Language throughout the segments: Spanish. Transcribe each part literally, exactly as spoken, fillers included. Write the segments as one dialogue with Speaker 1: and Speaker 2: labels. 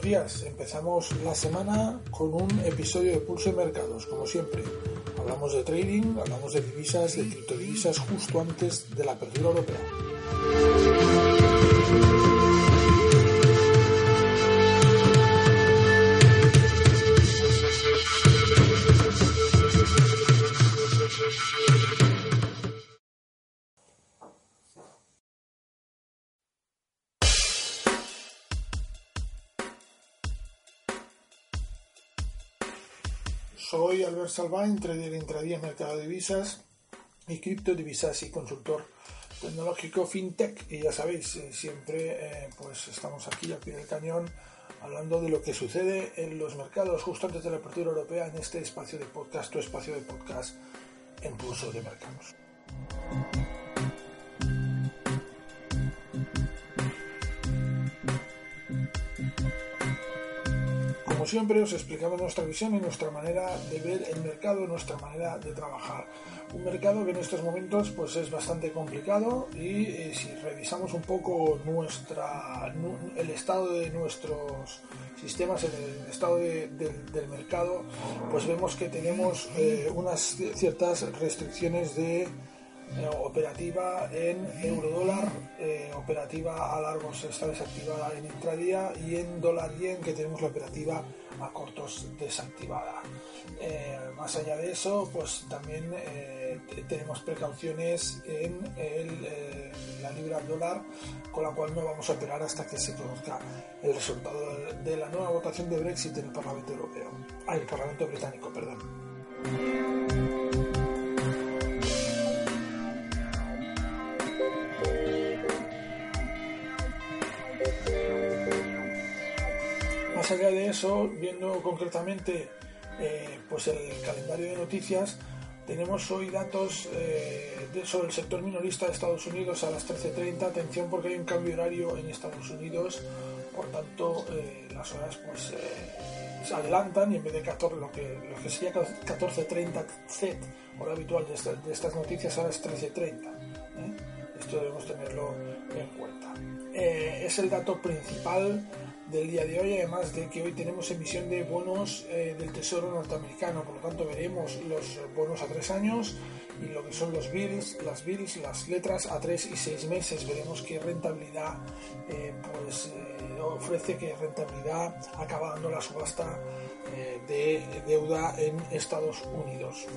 Speaker 1: días. Empezamos la semana con un episodio de Pulso de Mercados, como siempre. Hablamos de trading, hablamos de divisas, de criptodivisas justo antes de la apertura europea. Soy Albert Salvain, trader intradía en mercado de divisas y criptodivisas y consultor tecnológico fintech. Y ya sabéis, siempre eh, pues estamos aquí al pie del cañón hablando de lo que sucede en los mercados justo antes de la apertura europea en este espacio de podcast, tu espacio de podcast en Pulso de Mercados. Como siempre os explicamos nuestra visión y nuestra manera de ver el mercado, nuestra manera de trabajar. Un mercado que en estos momentos pues es bastante complicado y eh, si revisamos un poco nuestra, el estado de nuestros sistemas, el estado de, de, del mercado, pues vemos que tenemos eh, unas ciertas restricciones de Eh, operativa en euro-dólar, eh, operativa a largos está desactivada en intradía y en dólar-yen que tenemos la operativa a cortos desactivada. Eh, más allá de eso, pues también eh, tenemos precauciones en el, eh, la libra-dólar, con la cual no vamos a operar hasta que se conozca el resultado de la nueva votación de Brexit en el Parlamento Europeo, ah, el Parlamento Británico, perdón. Más allá de eso, viendo concretamente eh, pues el calendario de noticias, tenemos hoy datos eh, de, sobre el sector minorista de Estados Unidos a las trece treinta. Atención porque hay un cambio horario en Estados Unidos, por tanto eh, las horas pues eh, se adelantan y en vez de catorce, lo que, lo que sería catorce treinta Z, hora habitual de, esta, de estas noticias, ahora es trece treinta. ¿eh? Esto debemos tenerlo en cuenta. Eh, es el dato principal del día de hoy, además de que hoy tenemos emisión de bonos eh, del Tesoro norteamericano, por lo tanto veremos los bonos a tres años y lo que son los bills, las bills, las letras a tres y seis meses. Veremos qué rentabilidad eh, pues eh, ofrece, qué rentabilidad acaba dando la subasta eh, de deuda en Estados Unidos.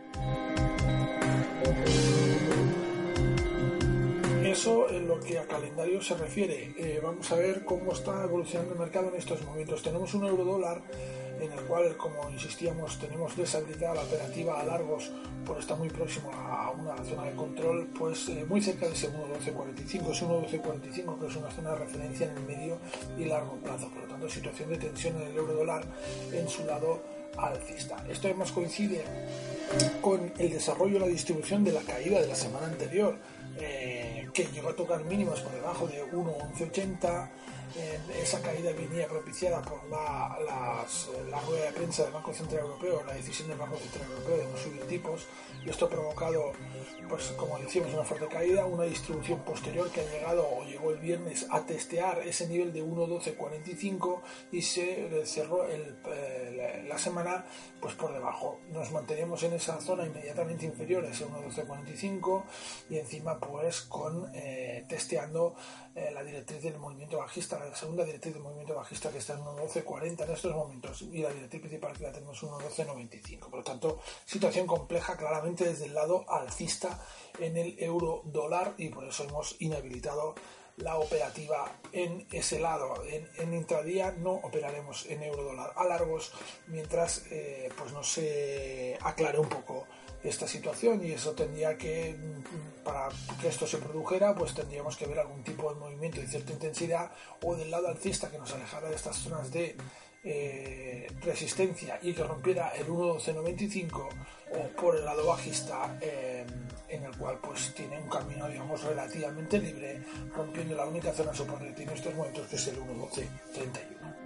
Speaker 1: Eso en lo que a calendario se refiere. Eh, vamos a ver cómo está evolucionando el mercado en estos momentos. Tenemos un euro dólar en el cual, como insistíamos, tenemos deshabilitada la operativa a largos por estar muy próximo a una zona de control, pues eh, muy cerca de ese uno doce cuarenta y cinco. Es uno doce cuarenta y cinco, que es una zona de referencia en el medio y largo plazo. Por lo tanto, situación de tensión en el euro dólar en su lado alcista. Esto además coincide con el desarrollo y la distribución de la caída de la semana anterior, eh, que llegó a tocar mínimos por debajo de uno once ochenta. Eh, esa caída venía propiciada por la, las, la rueda de prensa del Banco Central Europeo, la decisión del Banco Central Europeo de no subir tipos, y esto ha provocado, pues como decíamos, una fuerte caída, una distribución posterior que ha llegado o llegó el viernes a testear ese nivel de uno doce cuarenta y cinco y se cerró el, eh, la, la semana pues por debajo. Nos mantenemos en esa zona inmediatamente inferior a ese uno doce cuarenta y cinco y encima pues con eh, testeando eh, la directriz del movimiento bajista, la segunda directriz del movimiento bajista, que está en uno doce cuarenta en estos momentos, y la directriz principal que la tenemos en uno doce noventa y cinco. Por lo tanto, situación compleja claramente desde el lado alcista en el euro dólar, y por eso hemos inhabilitado la operativa en ese lado. En, en intradía no operaremos en euro dólar a largos mientras eh, pues no se aclare un poco esta situación, y eso tendría que, para que esto se produjera, pues tendríamos que ver algún tipo de movimiento de cierta intensidad o del lado alcista que nos alejara de estas zonas de eh, resistencia y que rompiera el uno doce noventa y cinco, o por el lado bajista eh, en el cual pues tiene un camino, digamos, relativamente libre, rompiendo la única zona de soporte que tiene estos momentos, que es el uno doce treinta y uno.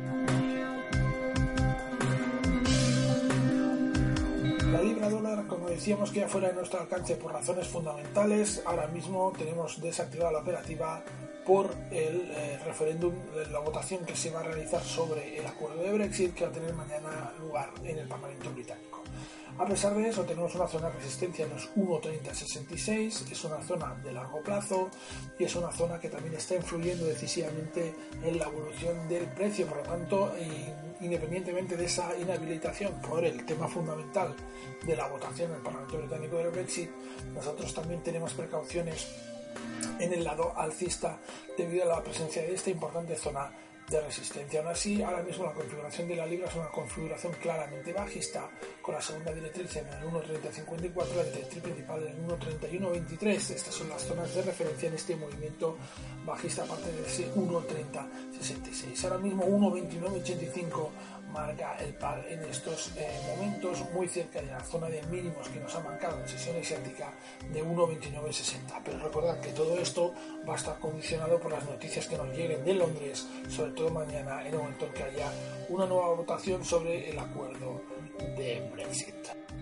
Speaker 1: La libra dólar, como decíamos, que ya fuera de nuestro alcance por razones fundamentales. Ahora mismo tenemos desactivada la operativa por el eh, referéndum, la votación que se va a realizar sobre el acuerdo de Brexit, que va a tener mañana lugar en el Parlamento británico. A pesar de eso, tenemos una zona de resistencia en los uno treinta sesenta y seis, es una zona de largo plazo y es una zona que también está influyendo decisivamente en la evolución del precio. Por lo tanto, independientemente de esa inhabilitación por el tema fundamental de la votación en el Parlamento británico del Brexit, nosotros también tenemos precauciones en el lado alcista debido a la presencia de esta importante zona de resistencia. Aún así, ahora mismo la configuración de la libra es una configuración claramente bajista, con la segunda directriz en el uno treinta cincuenta y cuatro, la directriz principal en el uno treinta y uno veintitrés. Estas son las zonas de referencia en este movimiento bajista, aparte de ese uno treinta sesenta y seis. Ahora mismo uno veintinueve ochenta y cinco marca el par en estos eh, momentos, muy cerca de la zona de mínimos que nos ha marcado en sesión asiática de uno veintinueve sesenta. Pero recordad que todo esto va a estar condicionado por las noticias que nos lleguen de Londres, sobre todo mañana, en el momento en que haya una nueva votación sobre el acuerdo de Brexit.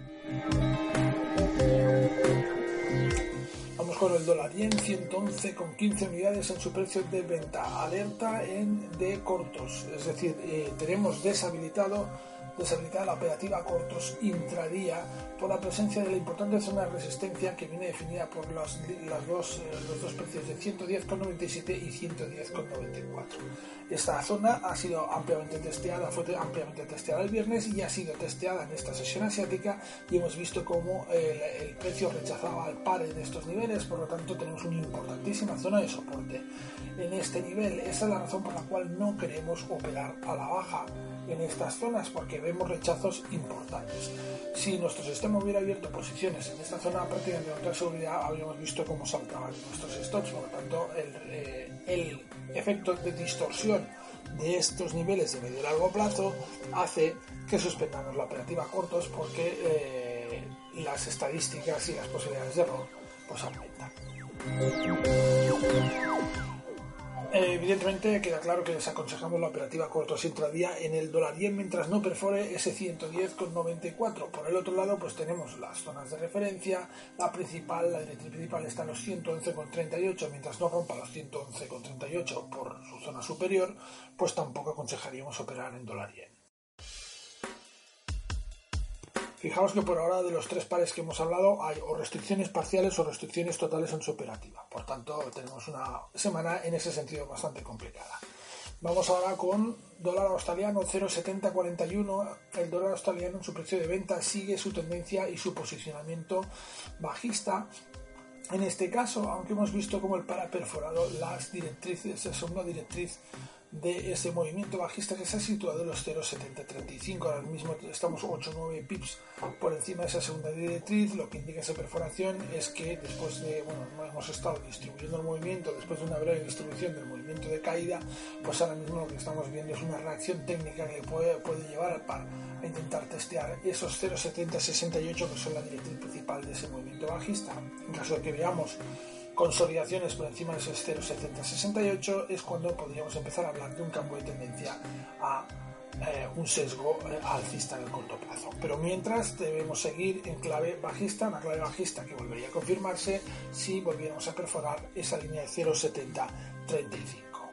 Speaker 1: Vamos con el dólar yen, ciento once con quince unidades en su precio de venta. Alerta en de cortos, es decir, eh, tenemos deshabilitado deshabilitada la operativa cortos intradía por la presencia de la importante zona de resistencia que viene definida por los, las dos, eh, los dos precios de ciento diez con noventa y siete y ciento diez con noventa y cuatro. Esta zona ha sido ampliamente testeada, fue ampliamente testeada el viernes y ha sido testeada en esta sesión asiática, y hemos visto cómo el, el precio rechazaba al par en estos niveles. Por lo tanto, tenemos una importantísima zona de soporte en este nivel. Esa es la razón por la cual no queremos operar a la baja en estas zonas, porque vemos rechazos importantes. Si nuestro sistema hubiera abierto posiciones en esta zona, prácticamente con toda seguridad habríamos visto cómo saltaban nuestros stops. Por lo tanto, el, eh, el efecto de distorsión de estos niveles de medio y largo plazo hace que suspendamos la operativa a cortos, porque eh, las estadísticas y las posibilidades de error pues aumentan. Evidentemente queda claro que les aconsejamos la operativa cortos intradía en el dólar yen mientras no perfore ese ciento diez con noventa y cuatro. Por el otro lado, pues tenemos las zonas de referencia. La principal, la directriz principal está en los ciento once con treinta y ocho. Mientras no rompa los ciento once con treinta y ocho por su zona superior, pues tampoco aconsejaríamos operar en dólar yen. Fijaos que por ahora, de los tres pares que hemos hablado, hay o restricciones parciales o restricciones totales en su operativa. Por tanto, tenemos una semana en ese sentido bastante complicada. Vamos ahora con dólar australiano cero coma setenta cuarenta y uno. El dólar australiano en su precio de venta sigue su tendencia y su posicionamiento bajista. En este caso, aunque hemos visto cómo el par ha perforado las directrices, la segunda directriz de ese movimiento bajista que se ha situado en los cero coma setenta treinta y cinco. Ahora mismo estamos ocho o nueve pips por encima de esa segunda directriz. Lo que indica esa perforación es que después de, bueno, hemos estado distribuyendo el movimiento, después de una breve distribución del movimiento de caída, pues ahora mismo lo que estamos viendo es una reacción técnica que puede, puede llevar al par a intentar testear esos cero coma setenta sesenta y ocho, que son la directriz principal de ese movimiento bajista. En caso de que veamos consolidaciones por encima de esos cero coma setenta sesenta y ocho, es cuando podríamos empezar a hablar de un cambio de tendencia a eh, un sesgo eh, alcista en el corto plazo. Pero mientras debemos seguir en clave bajista, una clave bajista que volvería a confirmarse si volviéramos a perforar esa línea de cero coma setenta treinta y cinco.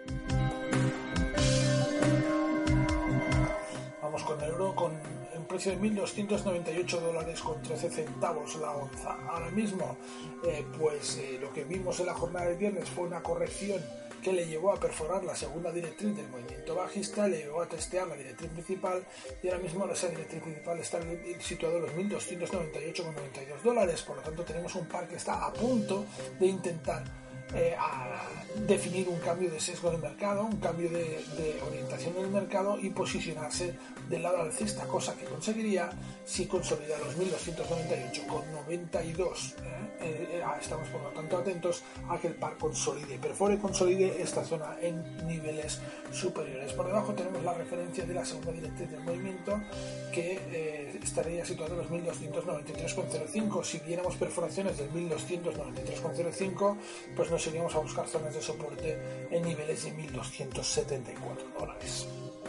Speaker 1: Vamos con el euro con un precio de mil doscientos noventa y ocho dólares con trece centavos la onza. Ahora mismo, eh, pues eh, lo que vimos en la jornada del viernes fue una corrección que le llevó a perforar la segunda directriz del movimiento bajista, le llevó a testear la directriz principal, y ahora mismo esa directriz principal está situada en los mil doscientos noventa y ocho con noventa y dos dólares. Por lo tanto, tenemos un par que está a punto de intentar Eh, a definir un cambio de sesgo del mercado, un cambio de, de orientación del mercado y posicionarse del lado alcista, cosa que conseguiría si consolida los mil doscientos noventa y ocho con noventa y dos. Eh, eh, estamos por lo tanto atentos a que el par consolide, perfore consolide esta zona en niveles superiores. Por debajo tenemos la referencia de la segunda directriz del movimiento, que eh, estaría situada en los mil doscientos noventa y tres con cero cinco. Si viéramos perforaciones del mil doscientos noventa y tres con cero cinco, pues nos iríamos a buscar zonas de soporte en niveles de mil doscientos setenta y cuatro dólares.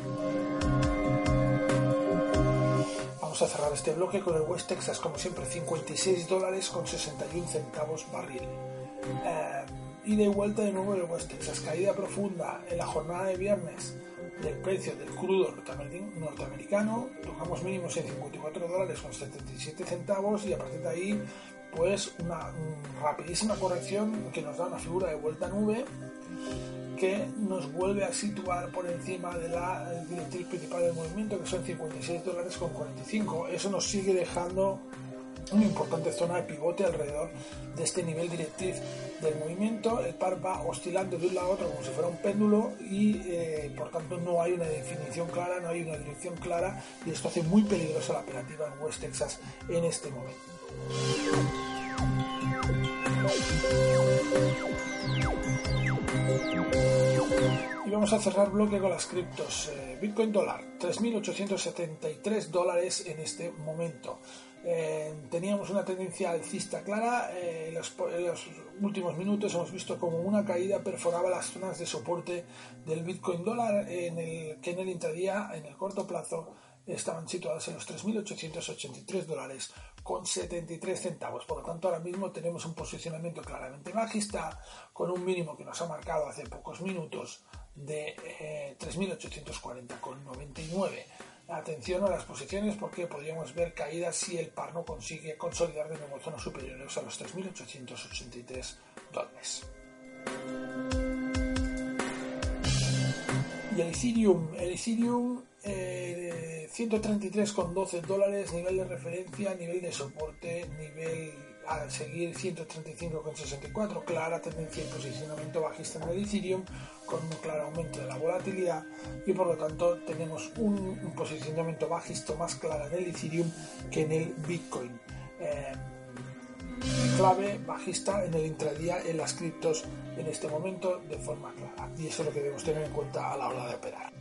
Speaker 1: Vamos a cerrar este bloque con el West Texas, como siempre, cincuenta y seis dólares con sesenta y uno centavos barril. Eh, ida y vuelta de nuevo del West Texas, caída profunda en la jornada de viernes del precio del crudo norteamericano, tocamos mínimos en cincuenta y cuatro dólares con setenta y siete centavos y a partir de ahí pues una, una rapidísima corrección que nos da una figura de vuelta a nube que nos vuelve a situar por encima de la directriz principal del movimiento, que son cincuenta y seis dólares con cuarenta y cinco. Eso nos sigue dejando una importante zona de pivote alrededor de este nivel directriz del movimiento. El par va oscilando de un lado a otro como si fuera un péndulo y eh, por tanto no hay una definición clara, no hay una dirección clara, y esto hace muy peligrosa la operativa en West Texas en este momento. Y vamos a cerrar bloque con las criptos. Eh, Bitcoin dólar, tres mil ochocientos setenta y tres dólares en este momento. Eh, teníamos una tendencia alcista clara. Eh, en, los, en los últimos minutos hemos visto como una caída perforaba las zonas de soporte del Bitcoin dólar, en el, que en el intradía, en el corto plazo, estaban situadas en los tres mil ochocientos ochenta y tres dólares con setenta y tres centavos. Por lo tanto, ahora mismo tenemos un posicionamiento claramente bajista, con un mínimo que nos ha marcado hace pocos minutos de eh, tres mil ochocientos cuarenta con noventa y nueve. Atención a las posiciones, porque podríamos ver caídas si el par no consigue consolidar de nuevo zonas superiores a los tres mil ochocientos ochenta y tres dólares. Y el Ethereum, el Ethereum eh, ciento treinta y tres con doce dólares, nivel de referencia, nivel de soporte, nivel a seguir ciento treinta y cinco con sesenta y cuatro, clara tendencia y posicionamiento bajista en el Ethereum, con un claro aumento de la volatilidad, y por lo tanto tenemos un, un posicionamiento bajista más claro en el Ethereum que en el Bitcoin. Eh, clave bajista en el intradía en las criptos en este momento de forma clara, y eso es lo que debemos tener en cuenta a la hora de operar.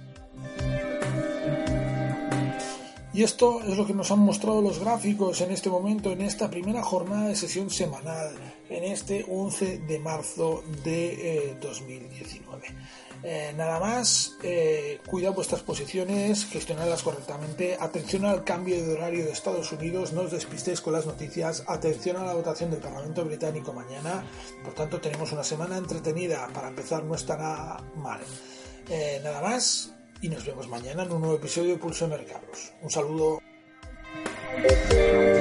Speaker 1: Y esto es lo que nos han mostrado los gráficos en este momento, en esta primera jornada de sesión semanal, en este once de marzo de eh, dos mil diecinueve. Eh, nada más, eh, cuidad vuestras posiciones, gestionadlas correctamente, atención al cambio de horario de Estados Unidos, no os despistéis con las noticias, atención a la votación del Parlamento Británico mañana, por tanto tenemos una semana entretenida, para empezar no estará mal. Eh, nada más, y nos vemos mañana en un nuevo episodio de Pulso de Mercados. Un saludo.